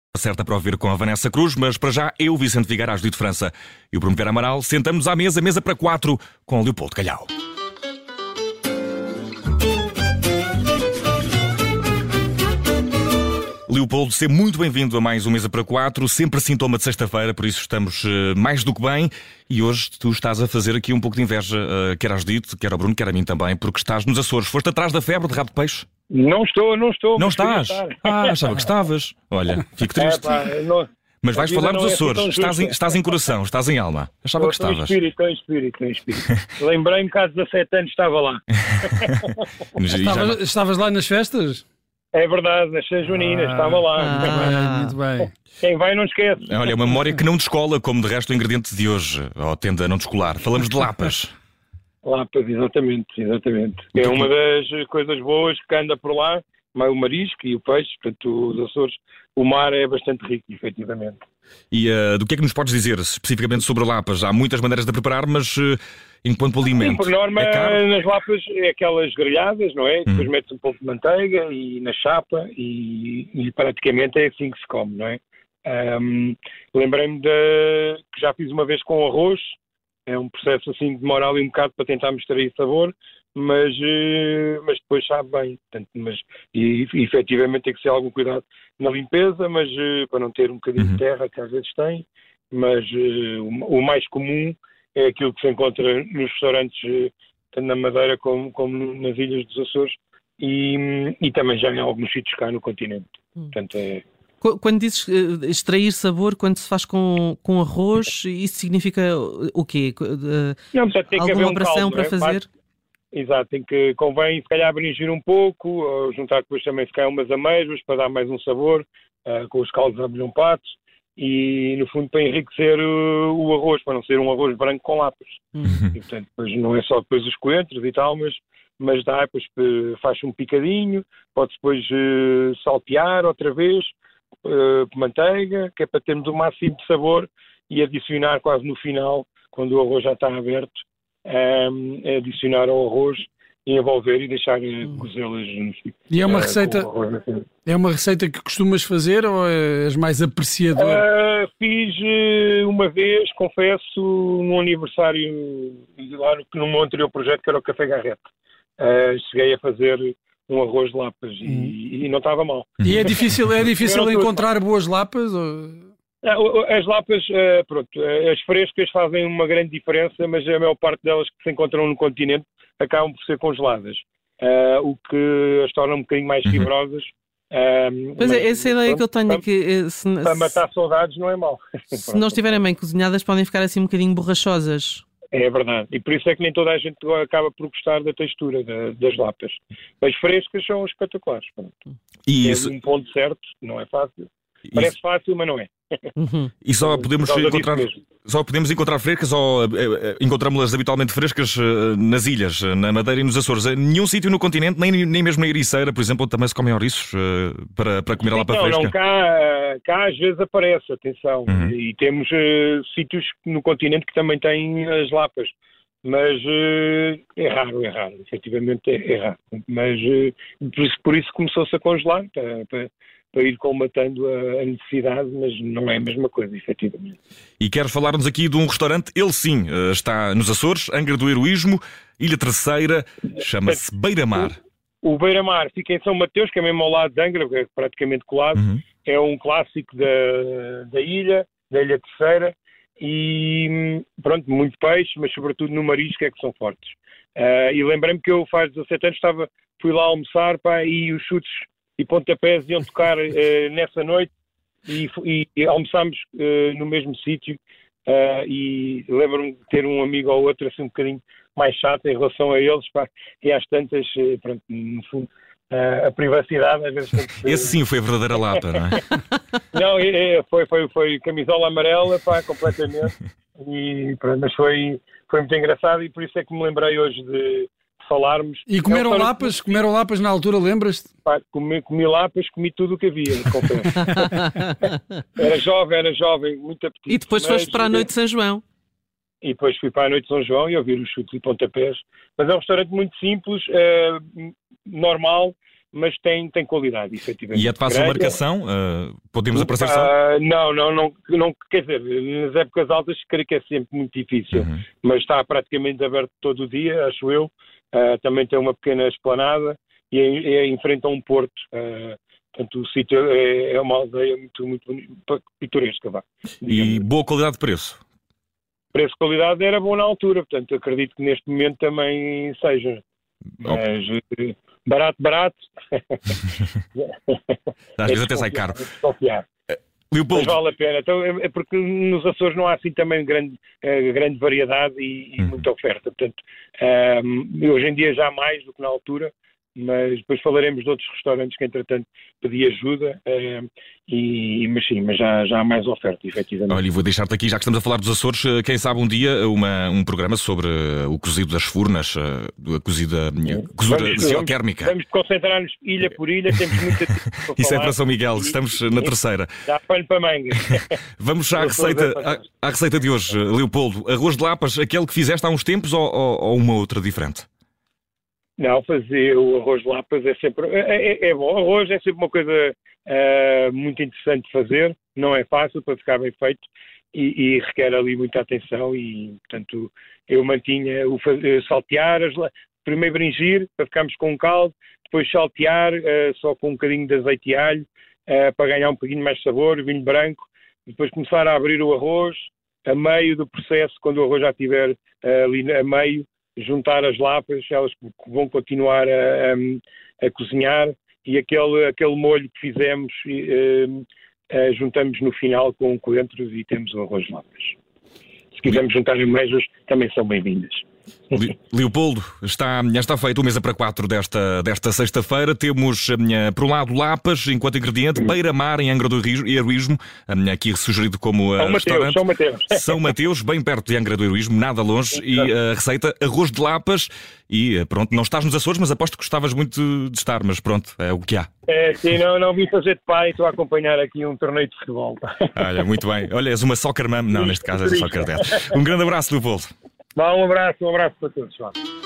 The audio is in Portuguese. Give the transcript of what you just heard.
Certa para ouvir com a Vanessa Cruz, mas para já eu, Vicente Figueira, Judite França e o Bruno Vera Amaral, sentamos-nos à mesa para 4 com Leopoldo Calhau. Leopoldo, seja muito bem-vindo a mais um Mesa para 4, sempre sintoma de sexta-feira, por isso estamos mais do que bem. E hoje tu estás a fazer aqui um pouco de inveja, quer a Judite, quer ao Bruno, quer a mim também, porque estás nos Açores. Foste atrás da febre de rabo de peixe? Não estou. Não estás? Achava que estavas. Olha, fico triste. Mas vais falar dos Açores. Estás em coração, estás em alma. Achava que estavas. Estou em espírito. Lembrei-me que há 17 anos estava lá. Estavas lá nas festas? É verdade, nas São Juninas, estava lá. Muito bem. Quem vai não esquece. Olha, uma memória que não descola, como de resto o ingrediente de hoje, ou tende a não descolar. Falamos de lapas. Lapas, exatamente. É uma das coisas boas que anda por lá, o marisco e o peixe, portanto, os Açores, o mar é bastante rico, efetivamente. E do que é que nos podes dizer especificamente sobre lapas? Há muitas maneiras de preparar, mas enquanto alimento. Sim, por norma, nas lapas é aquelas grelhadas, não é? Depois metes um pouco de manteiga e na chapa e praticamente é assim que se come, não é? Lembrei-me que já fiz uma vez com arroz. É um processo assim que demora ali um bocado para tentar extrair sabor, mas depois sabe bem. Portanto, e efetivamente tem que ser algum cuidado na limpeza, mas para não ter um bocadinho de terra que às vezes tem. Mas o mais comum é aquilo que se encontra nos restaurantes, tanto na Madeira como nas Ilhas dos Açores e também já em alguns sítios cá no continente. Portanto, Quando dizes extrair sabor, quando se faz com arroz, isso significa o quê? Tem que haver alguma operação caldo, para fazer? Exato, convém se calhar abrangir um pouco, ou juntar depois também se calhar umas amêijoas para dar mais um sabor, com os caldos abelhão-patos e no fundo para enriquecer o arroz, para não ser um arroz branco com lapas. E portanto depois não é só depois os coentros e tal, mas dá, depois faz um picadinho, pode depois saltear outra vez, manteiga, que é para termos o máximo de sabor e adicionar quase no final, quando o arroz já está aberto, adicionar ao arroz e envolver e deixar cozê-las no sítio. E é uma receita que costumas fazer ou és mais apreciador? Fiz uma vez, confesso, num aniversário lá no meu anterior projeto, que era o Café Garrete. Cheguei a fazer um arroz de lapas e não estava mal. E é difícil encontrar boas lapas? As lapas, as frescas fazem uma grande diferença, mas a maior parte delas que se encontram no continente acabam por ser congeladas, o que as torna um bocadinho mais fibrosas. Pois é, essa ideia que eu tenho é que para matar saudades não é mau. Se não estiverem bem cozinhadas podem ficar assim um bocadinho borrachosas. É verdade, e por isso é que nem toda a gente acaba por gostar da textura das lapas. As frescas são espetaculares. E isso... um ponto certo, não é fácil. Parece fácil, mas não é. E só podemos encontrar frescas ou encontramos-las habitualmente frescas nas ilhas, na Madeira e nos Açores? Nenhum sítio no continente, nem mesmo na Ericeira, por exemplo, onde também se comem ouriços para comer a lapa fresca? Não, cá às vezes aparece, atenção. E temos sítios no continente que também têm as lapas. Mas é raro, efetivamente é raro. Mas por isso começou-se a congelar, para ir colmatando a necessidade, mas não é a mesma coisa, efetivamente. E queres falar-nos aqui de um restaurante, ele sim, está nos Açores, Angra do Heroísmo, Ilha Terceira, chama-se Beira-Mar. O Beira-Mar fica em São Mateus, que é mesmo ao lado de Angra, é praticamente colado, é um clássico da Ilha Terceira, e pronto, muito peixe, mas sobretudo no marisco é que são fortes. E lembrei-me que eu faz 17 anos fui lá almoçar, e os chutes e pontapés iam tocar nessa noite e almoçámos no mesmo sítio e lembro-me de ter um amigo ou outro assim um bocadinho mais chato em relação a eles, e às tantas, pronto, no fundo, a privacidade às vezes tem que ser... Esse sim foi a verdadeira lapa, não é? Não, foi camisola amarela, completamente, e pronto, mas foi muito engraçado e por isso é que me lembrei hoje de falarmos. E comeram lapas na altura, lembras-te? Comi lapas, comi tudo o que havia, confesso. Era jovem, muito apetite. E depois foste para a Noite de São João. E depois fui para a Noite de São João e ouvir os chutes e pontapés. Mas é um restaurante muito simples, normal, mas tem qualidade, efetivamente. E é de fácil marcação? Podemos aparecer só? Não, quer dizer, nas épocas altas creio que é sempre muito difícil, mas está praticamente aberto todo o dia, acho eu. Também tem uma pequena esplanada e enfrenta um porto. Portanto, o sítio é uma aldeia muito pitoresca. E boa qualidade de preço? Preço-qualidade era bom na altura, portanto acredito que neste momento também seja. Mas barato. Às vezes até sai caro. Mas vale a pena. Então, é porque nos Açores não há assim também grande variedade e muita oferta. Portanto, hoje em dia já há mais do que na altura, mas depois falaremos de outros restaurantes que entretanto pedi ajuda, mas já há mais oferta, efetivamente. Olha, e vou deixar-te aqui, já que estamos a falar dos Açores, quem sabe um dia um programa sobre o cozido das furnas, a cozida geotérmica. Vamos concentrar-nos ilha por ilha, temos muita para Isso falar. É para São Miguel, estamos na terceira. Dá pano para manga. Vamos à receita de hoje, Leopoldo. Arroz de lapas, aquele que fizeste há uns tempos ou uma outra diferente? Não, fazer o arroz de lapas é sempre... É bom. O arroz é sempre uma coisa muito interessante de fazer. Não é fácil para ficar bem feito e requer ali muita atenção e, portanto, eu mantinha o saltear, primeiro bringir para ficarmos com um caldo, depois saltear só com um bocadinho de azeite e alho para ganhar um bocadinho mais sabor, vinho branco, depois começar a abrir o arroz a meio do processo, quando o arroz já estiver ali a meio, juntar as lapas, elas vão continuar a cozinhar e aquele molho que fizemos juntamos no final com coentros e temos o arroz de lapas. Se quisermos juntar amêijoas, também são bem-vindas. Leopoldo, está feito o Mesa para 4 desta sexta-feira. Temos, por um lado, lapas enquanto ingrediente, beira-mar em Angra do Heroísmo, aqui sugerido como restaurante. São Mateus, bem perto de Angra do Heroísmo, nada longe, e a receita, arroz de lapas. E pronto, não estás nos Açores, mas aposto que gostavas muito de estar, mas pronto, é o que há. Sim, não vim fazer de pai, estou a acompanhar aqui um torneio de futebol. Olha, muito bem. Olha, és uma soccer mom, não, neste caso és a soccer dad. Um grande abraço, Leopoldo. Um abraço para todos.